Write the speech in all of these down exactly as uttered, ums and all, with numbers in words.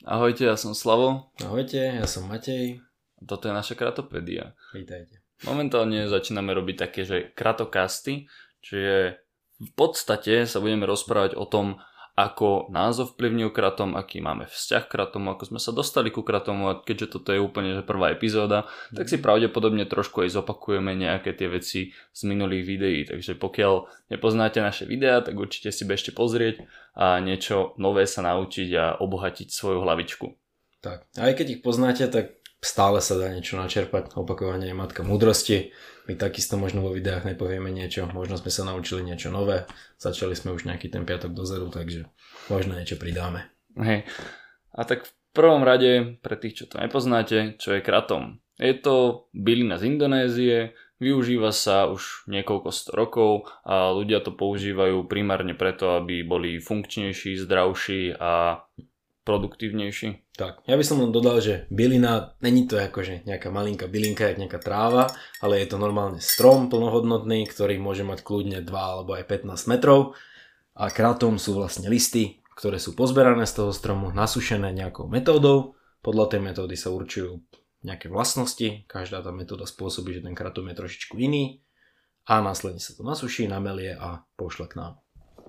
Ahojte, ja som Slavo. Ahojte, ja som Matej. Toto je naša Kratopédia. Vítajte. Momentálne začíname robiť také, že kratokasty, čiže v podstate sa budeme rozprávať o tom, ako nás ovplyvnil kratom, aký máme vzťah k kratomu, ako sme sa dostali ku kratomu, a keďže toto je úplne že prvá epizóda, mm. tak si pravdepodobne trošku aj zopakujeme nejaké tie veci z minulých videí. Takže pokiaľ nepoznáte naše videá, tak určite si bežte pozrieť a niečo nové sa naučiť a obohatiť svoju hlavičku. Tak, aj keď ich poznáte, tak stále sa dá niečo načerpať. Opakovanie je matka múdrosti. My takisto možno vo videách nepovieme niečo, možno sme sa naučili niečo nové. Začali sme už nejaký ten piatok dozadu, takže možno niečo pridáme. Hej. A tak v prvom rade, pre tých, čo to nepoznáte, čo je kratom. Je to bylina z Indonézie, využíva sa už niekoľko sto rokov a ľudia to používajú primárne preto, aby boli funkčnejší, zdravší a produktívnejší. Tak, ja by som len dodal, že bylina, není to akože nejaká malinká bylinka, jak nejaká tráva, ale je to normálne strom plnohodnotný, ktorý môže mať kľudne dva alebo aj pätnásť metrov a kratom sú vlastne listy, ktoré sú pozberané z toho stromu, nasušené nejakou metódou. Podľa tej metódy sa určujú nejaké vlastnosti, každá tá metóda spôsobí, že ten kratom je trošičku iný a následne sa to nasuší, namelie a pošle k nám.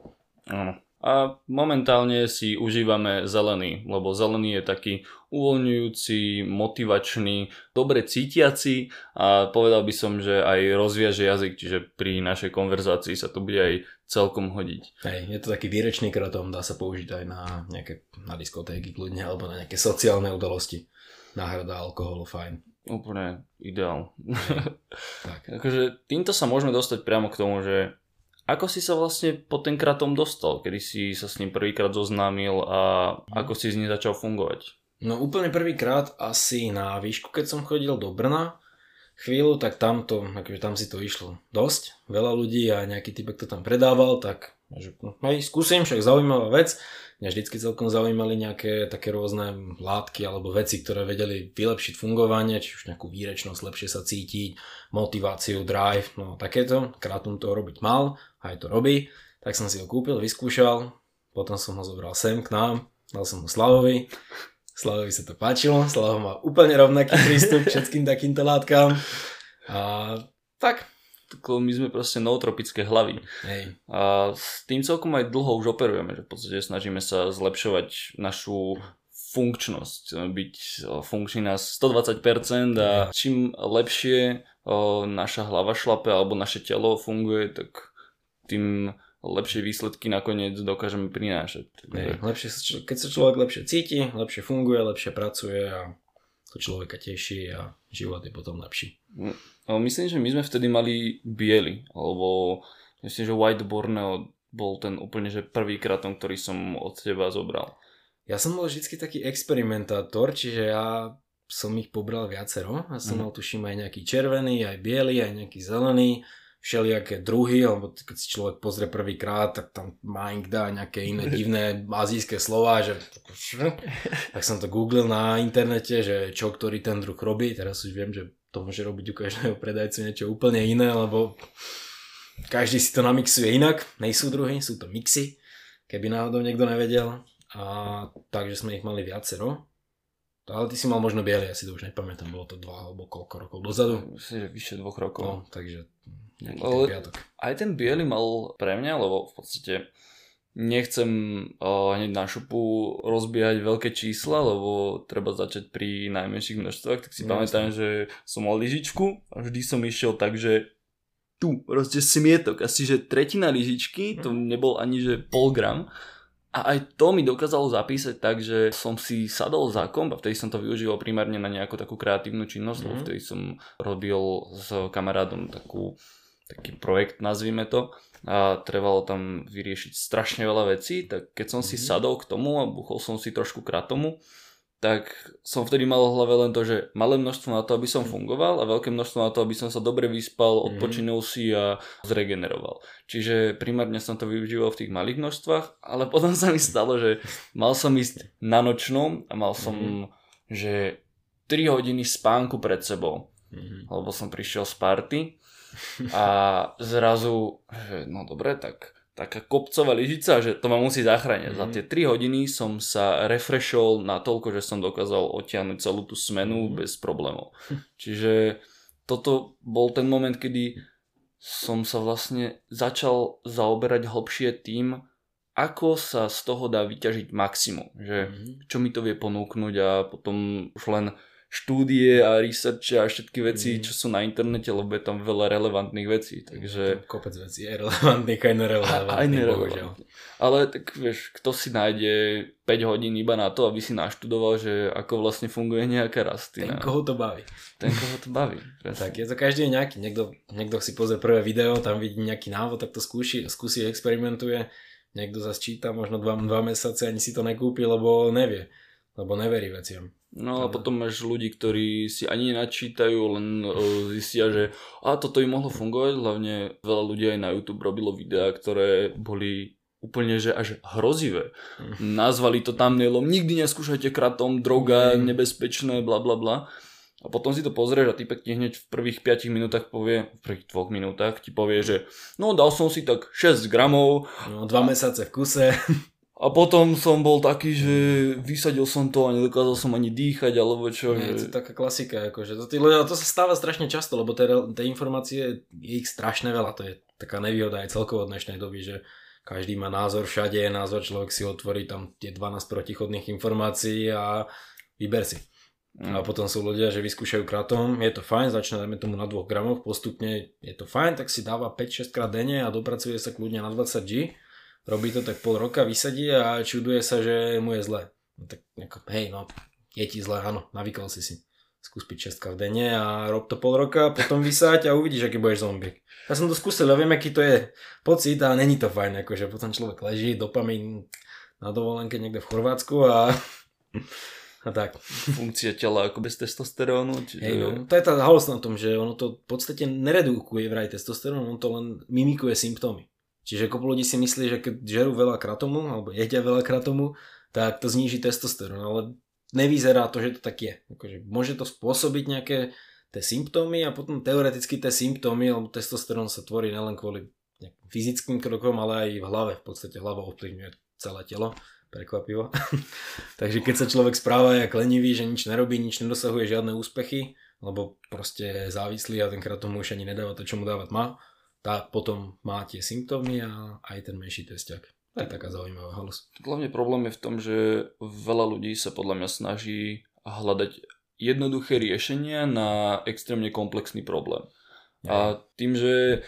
Áno. A momentálne si užívame zelený, lebo zelený je taký uvoľňujúci, motivačný, dobre cítiaci a povedal by som, že aj rozviaže jazyk, čiže pri našej konverzácii sa to bude aj celkom hodiť. Hej, je to taký výrečný kratom, dá sa použiť aj na nejaké na diskotéky kľudne alebo na nejaké sociálne udalosti. Náhrada alkoholu, fajn. Úplne ideál. Tak. Akože týmto sa môžeme dostať priamo k tomu, že ako si sa vlastne pod ten kratom dostal? Kedy si sa s ním prvýkrát zoznámil a ako si z ním začal fungovať? No úplne prvýkrát asi na výšku, keď som chodil do Brna chvíľu, tak tam, to, akože tam si to išlo dosť. Veľa ľudí a nejaký typek to tam predával, tak že, hej, skúsim, však zaujímavá vec. Mňa vždycky celkom zaujímali nejaké také rôzne látky alebo veci, ktoré vedeli vylepšiť fungovanie, či už nejakú výrečnosť, lepšie sa cítiť, motiváciu, drive, no takéto. Kratom toho robiť mal, aj to robí. Tak som si ho kúpil, vyskúšal, potom som ho zobral sem k nám, dal som ho Slavovi. Slavovi sa to páčilo, Slavo má úplne rovnaký prístup k všetkým takýmto látkam. A tak. My sme proste nootropické hlavy. Hej. A s tým celkom aj dlho už operujeme, že v podstate snažíme sa zlepšovať našu funkčnosť, byť funkčný na stodvadsať percent a čím lepšie o, naša hlava šlape alebo naše telo funguje, tak tým lepšie výsledky nakoniec dokážeme prinášať. Hej, lepšie, keď sa človek lepšie cíti, lepšie funguje, lepšie pracuje a to človeka teší a život je potom lepší. Myslím, že my sme vtedy mali biely, alebo myslím, že White Borneo bol ten úplne že prvý kratom, ktorý som od teba zobral. Ja som bol vždycky taký experimentátor, čiže ja som ich pobral viacero. Ja som mm. mal tuším aj nejaký červený, aj biely, aj nejaký zelený, všelijaké druhy, alebo keď si človek pozrie prvýkrát, tak tam Mike dá nejaké iné divné azijské slová, že tak som to googlil na internete, že čo ktorý ten druh robí. Teraz už viem, že to môže robiť u každého predajcu niečo úplne iné, lebo každý si to namixuje inak. Nejsú druhy, sú to mixy, keby náhodou niekto nevedel. A takže sme ich mali viacero. Ale ty si mal možno biely, ja si to už nepamätám, bolo to dva alebo koľko rokov dozadu. Myslím, že vyše dvoch rokov. No, takže nejaký ale ten piatok. Aj ten biely mal pre mňa, lebo v podstate nechcem uh, hneď na šupu rozbiehať veľké čísla, lebo treba začať pri najmenších množstvách, tak si no, pamätám, že som mal lyžičku a vždy som išiel tak, že tu proste smietok, asi že tretina lyžičky, to nebol ani že pol gram. A aj to mi dokázalo zapísať tak, že som si sadol za komp a vtedy som to využíval primárne na nejakú takú kreatívnu činnosť, mm. lebo vtedy som robil s kamarádom takú, taký projekt, nazvime to, a trvalo tam vyriešiť strašne veľa vecí, tak keď som mm. si sadol k tomu a buchol som si trošku kratomu, tak som vtedy mal v hlave len to, že malé množstvo na to, aby som fungoval a veľké množstvo na to, aby som sa dobre vyspal, odpočinul si a zregeneroval. Čiže primárne som to využíval v tých malých množstvách, ale potom sa mi stalo, že mal som ísť na nočnom a mal som, mm-hmm. že tri hodiny spánku pred sebou, mm-hmm. lebo som prišiel z party a zrazu, že no dobre, tak taká kopcová lyžica, že to ma musí zachrániť. Mm. Za tie tri hodiny som sa refreshol na toľko, že som dokázal odtiahnuť celú tú smenu mm. bez problémov. Čiže toto bol ten moment, kedy som sa vlastne začal zaoberať hlbšie tým, ako sa z toho dá vyťažiť maximum. Že mm. čo mi to vie ponúknuť a potom už len štúdie a research a všetky veci, mm. čo sú na internete, lebo je tam veľa relevantných vecí. Takže... Kopec vecí je relevantných, aj nerelevantných. Aj nerelevantných. Ale tak vieš, kto si nájde päť hodín iba na to, aby si naštudoval, že ako vlastne funguje nejaká rastlina. Ten, koho to baví. Ten, koho to baví. Tak je to každý nejaký. Niekto, niekto si pozrie prvé video, tam vidí nejaký návod, tak to skúsi, skúsi experimentuje. Niekto zase číta možno dva, dva mesiace, ani si to nekúpi, lebo nevie. Lebo neverí veciam. No a potom máš ľudí, ktorí si ani nenačítajú, len uh, zistia, že a toto im mohlo fungovať. Hlavne veľa ľudí aj na YouTube robilo videá, ktoré boli úplne že až hrozivé. Mm. Nazvali to thumbnailom, nikdy neskúšajte kratom, droga, mm. nebezpečné, bla bla bla. A potom si to pozrieš a typek ti hneď v prvých piatich minútach povie, v prvých dvoch minútach ti povie, že no dal som si tak šesť gramov. No dva mesiace v kuse. A potom som bol taký, že vysadil som to a nedokázal som ani dýchať, alebo čo. Nie, že... to je taká klasika, akože to, ľudia, to sa stáva strašne často, lebo tie informácie je ich strašne veľa, to je taká nevýhoda aj celkovo od dnešnej doby, že každý má názor všade, je názor, človek si otvorí tam tie dvanásť protichodných informácií a vyber si. Mm. A potom sú ľudia, že vyskúšajú kratom, je to fajn, začne dajme tomu na dvoch gramoch, postupne je to fajn, tak si dáva päť šesť krát denne a dopracuje sa kľudne na dvadsať gramov. Robí to tak pol roka, vysadí a čuduje sa, že mu je zle. No tak ako, hej, no, je ti zle, áno, navykol si si. Skús piť šesť krát denne a rob to pol roka, potom vysáť a uvidíš, aký budeš zombík. Ja som to skúsil, ja viem, aký to je pocit a není to fajn, akože potom človek leží, dopamín na dovolenke niekde v Chorvátsku a... a tak. Funkcia tela ako bez testosterónu. Čiže... Hej, no, to je tá halosť na tom, že ono to v podstate neredukuje vraj testosterón, on to len mimikuje symptómy. Čiže kopu ľudí si myslí, že keď žerú veľa kratomu, alebo jedia veľa kratomu, tak to zníži testosterón, ale nevyzerá to, že to tak je. Akože môže to spôsobiť nejaké tie symptómy a potom teoreticky tie symptómy, lebo testosterón sa tvorí nielen kvôli fyzickým krokom, ale aj v hlave. V podstate hlava ovplyvňuje celé telo. Prekvapivo. Takže keď sa človek správa jak lenivý, že nič nerobí, nič nedosahuje žiadne úspechy, lebo proste je závislý a tenkrát tomu už ani nedáva to, čo mu dávať má, tak potom má tie symptómy a aj ten menší tesťak. To je taká zaujímavá halus. Hlavne problém je v tom, že veľa ľudí sa podľa mňa snaží hľadať jednoduché riešenia na extrémne komplexný problém. Ja. A tým, že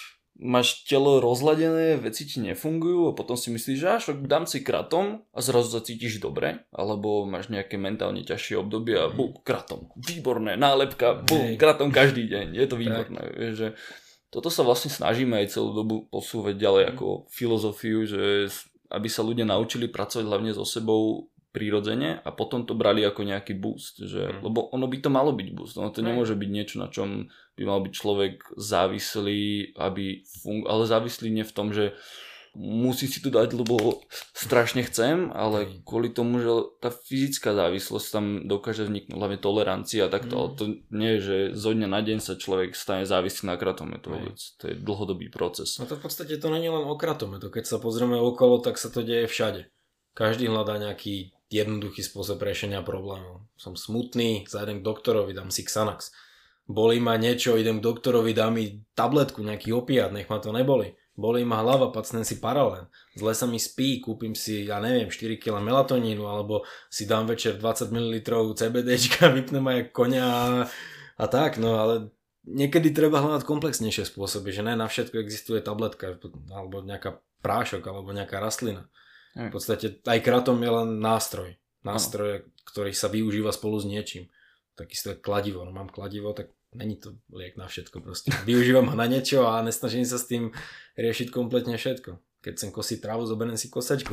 máš telo rozladené, veci ti nefungujú a potom si myslíš, že až dám si kratom a zrazu sa cítiš dobre, alebo máš nejaké mentálne ťažšie obdobie a bum, kratom, výborné, nálepka, bum, kratom každý deň, je to výborné. Vieš, že toto sa vlastne snažíme aj celú dobu posúvať ďalej mm. ako filozofiu, že aby sa ľudia naučili pracovať hlavne so sebou prirodzene a potom to brali ako nejaký boost, že, mm. lebo ono by to malo byť boost, ono to mm. nemôže byť niečo, na čom by mal byť človek závislý, aby fung- ale závislý nie v tom, že musí si to dať, lebo strašne chcem, ale mm. kvôli tomu, že tá fyzická závislosť tam dokáže vzniknúť, hlavne tolerancia a takto, mm. ale to nie je, že zo dňa na deň sa človek stane závislý na kratome, to, mm. to je dlhodobý proces. No to v podstate to nie je len o kratome, to keď sa pozrieme okolo, tak sa to deje všade. Každý hľadá nejaký jednoduchý spôsob riešenia problémov. Som smutný, zajdem k doktorovi, dám si Xanax. Bolí ma niečo, idem k doktorovi, dám mi tabletku, nejaký opiát, nech ma to neboli. Bolí ma hlava, pacnem si Paralen. Zle sa mi spí, kúpim si, ja neviem, štyri kilá melatonínu, alebo si dám večer dvadsať mililitrov CBDčka, vypnem aj koňa a, a tak, no ale niekedy treba hľadať komplexnejšie spôsoby, že ne na všetko existuje tabletka, alebo nejaká prášok, alebo nejaká rastlina. V podstate aj kratom je len nástroj. Nástroj, ktorý sa využíva spolu s niečím. Takisto je kladivo. No mám kladivo, tak není to liek na všetko proste. Využívam ho na niečo a nesnažím sa s tým riešiť kompletne všetko. Keď chcem kosiť trávu, zoberiem si kosačku.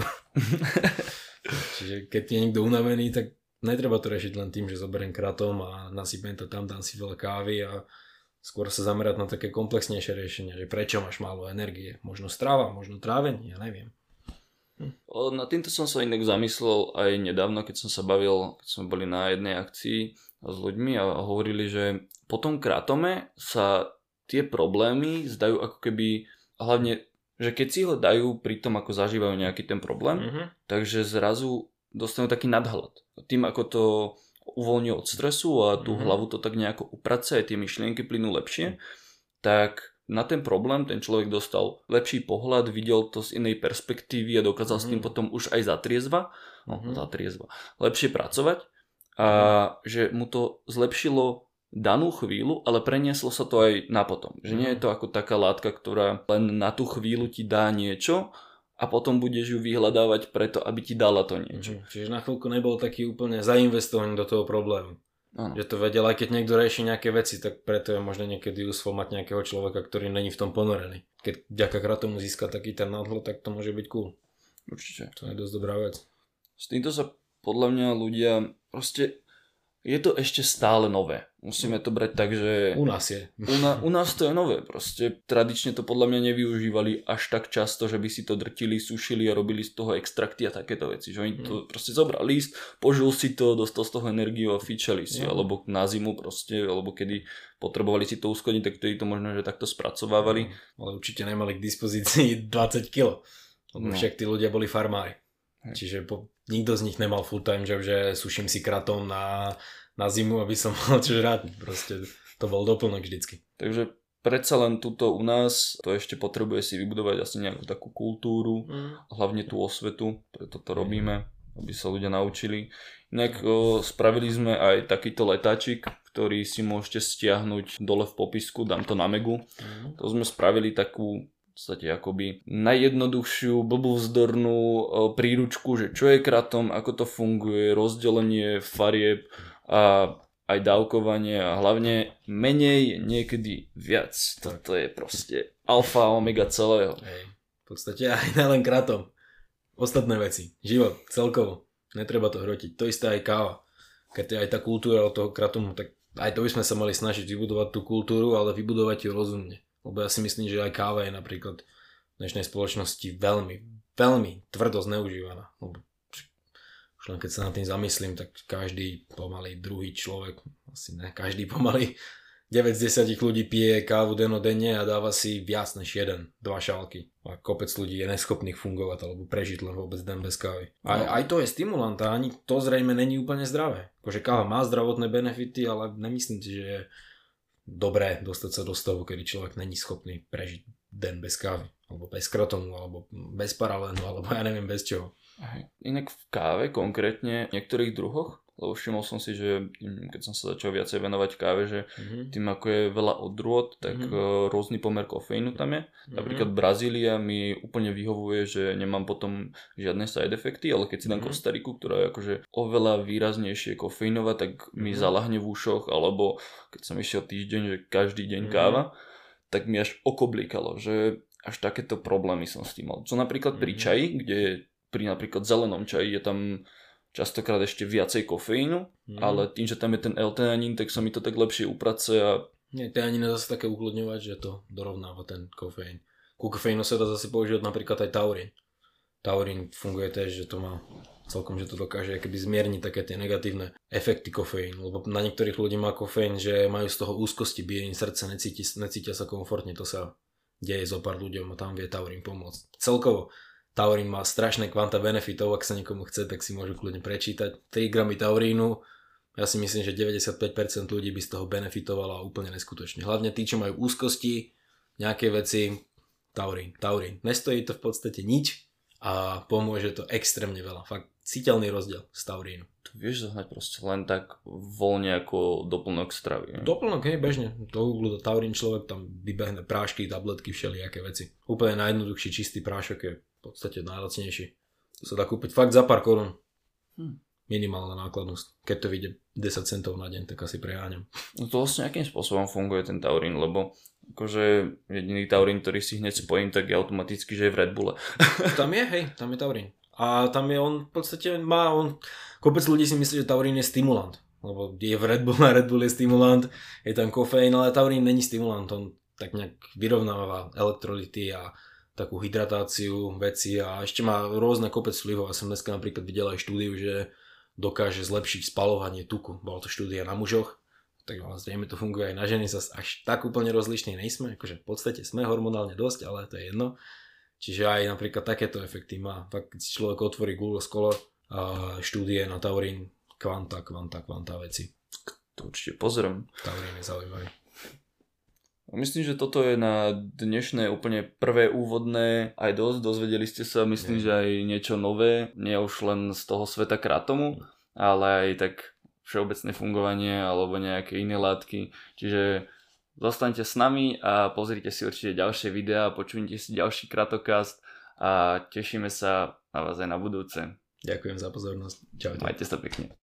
Čiže keď je niekto unavený, tak netreba to riešiť len tým, že zoberiem kratom a nasypem to tam, dám si veľa kávy a skôr sa zamerať na také komplexnejšie riešenia, že prečo máš málo energie. Možno strava, možno trávenie, ja neviem. Hm. Na týmto som sa inak zamyslel aj nedávno, keď som sa bavil, keď sme boli na jednej akcii s ľuďmi a hovorili, že po tom kratome sa tie problémy zdajú ako keby, hlavne že keď si ho dajú pri tom, ako zažívajú nejaký ten problém, mm-hmm. takže zrazu dostanú taký nadhľad. Tým, ako to uvoľní od stresu a tú mm-hmm. hlavu to tak nejako uprace, aj tie myšlienky plynú lepšie, tak na ten problém ten človek dostal lepší pohľad, videl to z inej perspektívy a dokázal mm-hmm. s tým potom už aj zatriezva, no mm-hmm. zatriezva, lepšie pracovať a že mu to zlepšilo danú chvíľu, ale prenieslo sa to aj na potom. Že nie je to ako taká látka, ktorá len na tú chvíľu ti dá niečo a potom budeš ju vyhľadávať preto, aby ti dala to niečo. Mm-hmm. Čiže na chvíľku nebol taký úplne zainvestovaný do toho problému. Ano. Že to vedel, aj keď niekto rieši nejaké veci, tak preto je možno niekedy useful mať nejakého človeka, ktorý není v tom ponorený. Keď vďaka kratomu získa taký ten nadhľad, tak to môže byť cool. Určite. To je dosť dobrá vec. S týmto sa podľa mňa ľudia proste... Je to ešte stále nové. Musíme to brať tak, že... U nás je. U, na, u nás to je nové. Proste tradične to podľa mňa nevyužívali až tak často, že by si to drtili, sušili a robili z toho extrakty a takéto veci. Že oni to mm. proste zobral list, požil si to, dostal z toho energiu a fičali si. Mm. Alebo na zimu proste, alebo kedy potrebovali si to uskladniť, tak vtedy to možno, že takto spracovávali. Mm. Ale určite nemali k dispozícii dvadsať kilogramov. Lebo no. Však tí ľudia boli farmári. Hej. Čiže po... Nikto z nich nemal full time job, že suším si kratom na, na zimu, aby som mal čo žrať. Proste to bol doplnok vždycky. Takže predsa len tuto u nás to ešte potrebuje si vybudovať asi nejakú takú kultúru, mm. hlavne tú osvetu, preto to robíme, aby sa ľudia naučili. Inak o, spravili sme aj takýto letáčik, ktorý si môžete stiahnuť dole v popisku, dám to na Megu. Mm. To sme spravili takú v podstate akoby najjednoduchšiu blbúvzdornú príručku, že čo je kratom, ako to funguje, rozdelenie farieb a aj dávkovanie a hlavne menej, niekedy viac. Toto je proste alfa a omega celého. Hej. V podstate aj len kratom. Ostatné veci. Život celkovo. Netreba to hrotiť. To isté aj káva. Keď je aj tá kultúra od toho kratomu, tak aj to by sme sa mali snažiť vybudovať tú kultúru, ale vybudovať ju rozumne. Lebo ja si myslím, že aj káva je napríklad v dnešnej spoločnosti veľmi, veľmi tvrdo zneužívaná. Lebo už len keď sa nad tým zamyslím, tak každý pomaly druhý človek, asi ne, každý pomaly deväť z desať ľudí pije kávu denodenne a dáva si viac než jeden, dva šálky. A kopec ľudí je neschopných fungovať alebo prežiť len vôbec den bez kávy. Aj, aj to je stimulant a ani to zrejme není úplne zdravé. Akože káva má zdravotné benefity, ale nemyslím si, že je dobré dostať sa do stavu, kedy človek není schopný prežiť den bez kávy, alebo bez kratomu, alebo bez paralénu, alebo ja neviem bez čoho. Aj. Inak v káve konkrétne v niektorých druhoch, lebo všimol som si, že keď som sa začal viacej venovať káve, že mm-hmm. tým ako je veľa odrôd, tak mm-hmm. rôzny pomer kofeínu tam je. Mm-hmm. Napríklad Brazília mi úplne vyhovuje, že nemám potom žiadne side efekty, ale keď si dám mm-hmm. Kostariku, ktorá je akože oveľa výraznejšie kofeínová, tak mm-hmm. mi zalahne v ušoch, alebo keď som išiel týždeň, že každý deň mm-hmm. káva, tak mi až okoblíkalo, že až takéto problémy som s tým mal. Čo napríklad pri čaji, kde pri napríklad zelenom čaji je tam častokrát ešte viacej kofeínu, mm. ale tým, že tam je ten L-teanín, tak sa mi to tak lepšie uprace a... Nie, teanín je zase také ukludňovať, že to dorovnáva ten kofeín. Ku kofeínu sa dá zase používať napríklad aj taurín. Taurín funguje tiež, že to má celkom, že to dokáže keby zmierniť také tie negatívne efekty kofeínu, lebo na niektorých ľudí má kofeín, že majú z toho úzkosti, bije im srdce, necíti, necítia sa komfortne, to sa deje zo pár ľuďom a tam vie taurín pomôcť. Celkovo taurín má strašné kvanta benefitov, ak sa niekomu chce, tak si môžu kľudne prečítať. tri gramy taurínu, ja si myslím, že deväťdesiatpäť percent ľudí by z toho benefitovalo úplne neskutočne. Hlavne tí, čo majú úzkosti, nejaké veci, taurín, taurín. Nestojí to v podstate nič a pomôže to extrémne veľa. Fakt citeľný rozdiel z taurínu. To vieš zohnať proste len tak voľne ako doplnok stravy. Ne? Doplnok, hej, bežne. Do Google do taurín človek tam vybehne prášky, tabletky, všelijaké veci. Úplne najjednoduchší čistý prášok je v podstate najlacnejší. To sa dá kúpiť fakt za pár korún. Hm. Minimálna nákladnosť. Keď to vyjde desať centov na deň, tak asi preháňam. No to vlastne akým spôsobom funguje ten taurín, lebo akože jediný taurín, ktorý si hneď spojím, tak je automaticky, že je v Red Bulle. Tam je, hej, tam je taurín. A tam je on, v podstate má on, kopec ľudí si myslí, že taurín je stimulant. Lebo je v Red Bull a Red Bull je stimulant, je tam kofeín, ale taurín není stimulant. On tak nejak vyrovnáva elektrolyty a takú hydratáciu veci a ešte má rôzne kopec vplyvov. Ja som dneska napríklad videl aj štúdiu, že dokáže zlepšiť spaľovanie tuku. Bola to štúdia na mužoch, tak zrejme to funguje aj na ženy, zase až tak úplne rozlišní nejsme, akože v podstate sme hormonálne dosť, ale to je jedno. Čiže aj napríklad takéto efekty má. Fakt, keď si človek otvorí Google Scholar a štúdie na taurín, kvanta, kvanta, kvanta veci. To určite pozriem. Taurín je zaujímavý. Myslím, že toto je na dnešné úplne prvé úvodné aj dosť. Dozvedeli ste sa, myslím, nie. že aj niečo nové. Nie už len z toho sveta kratomu, ale aj tak všeobecné fungovanie alebo nejaké iné látky. Čiže zostaňte s nami a pozrite si určite ďalšie videá, počujte si ďalší Kratokast a tešíme sa na vás aj na budúce. Ďakujem za pozornosť. Čaute. Majte sa pekne.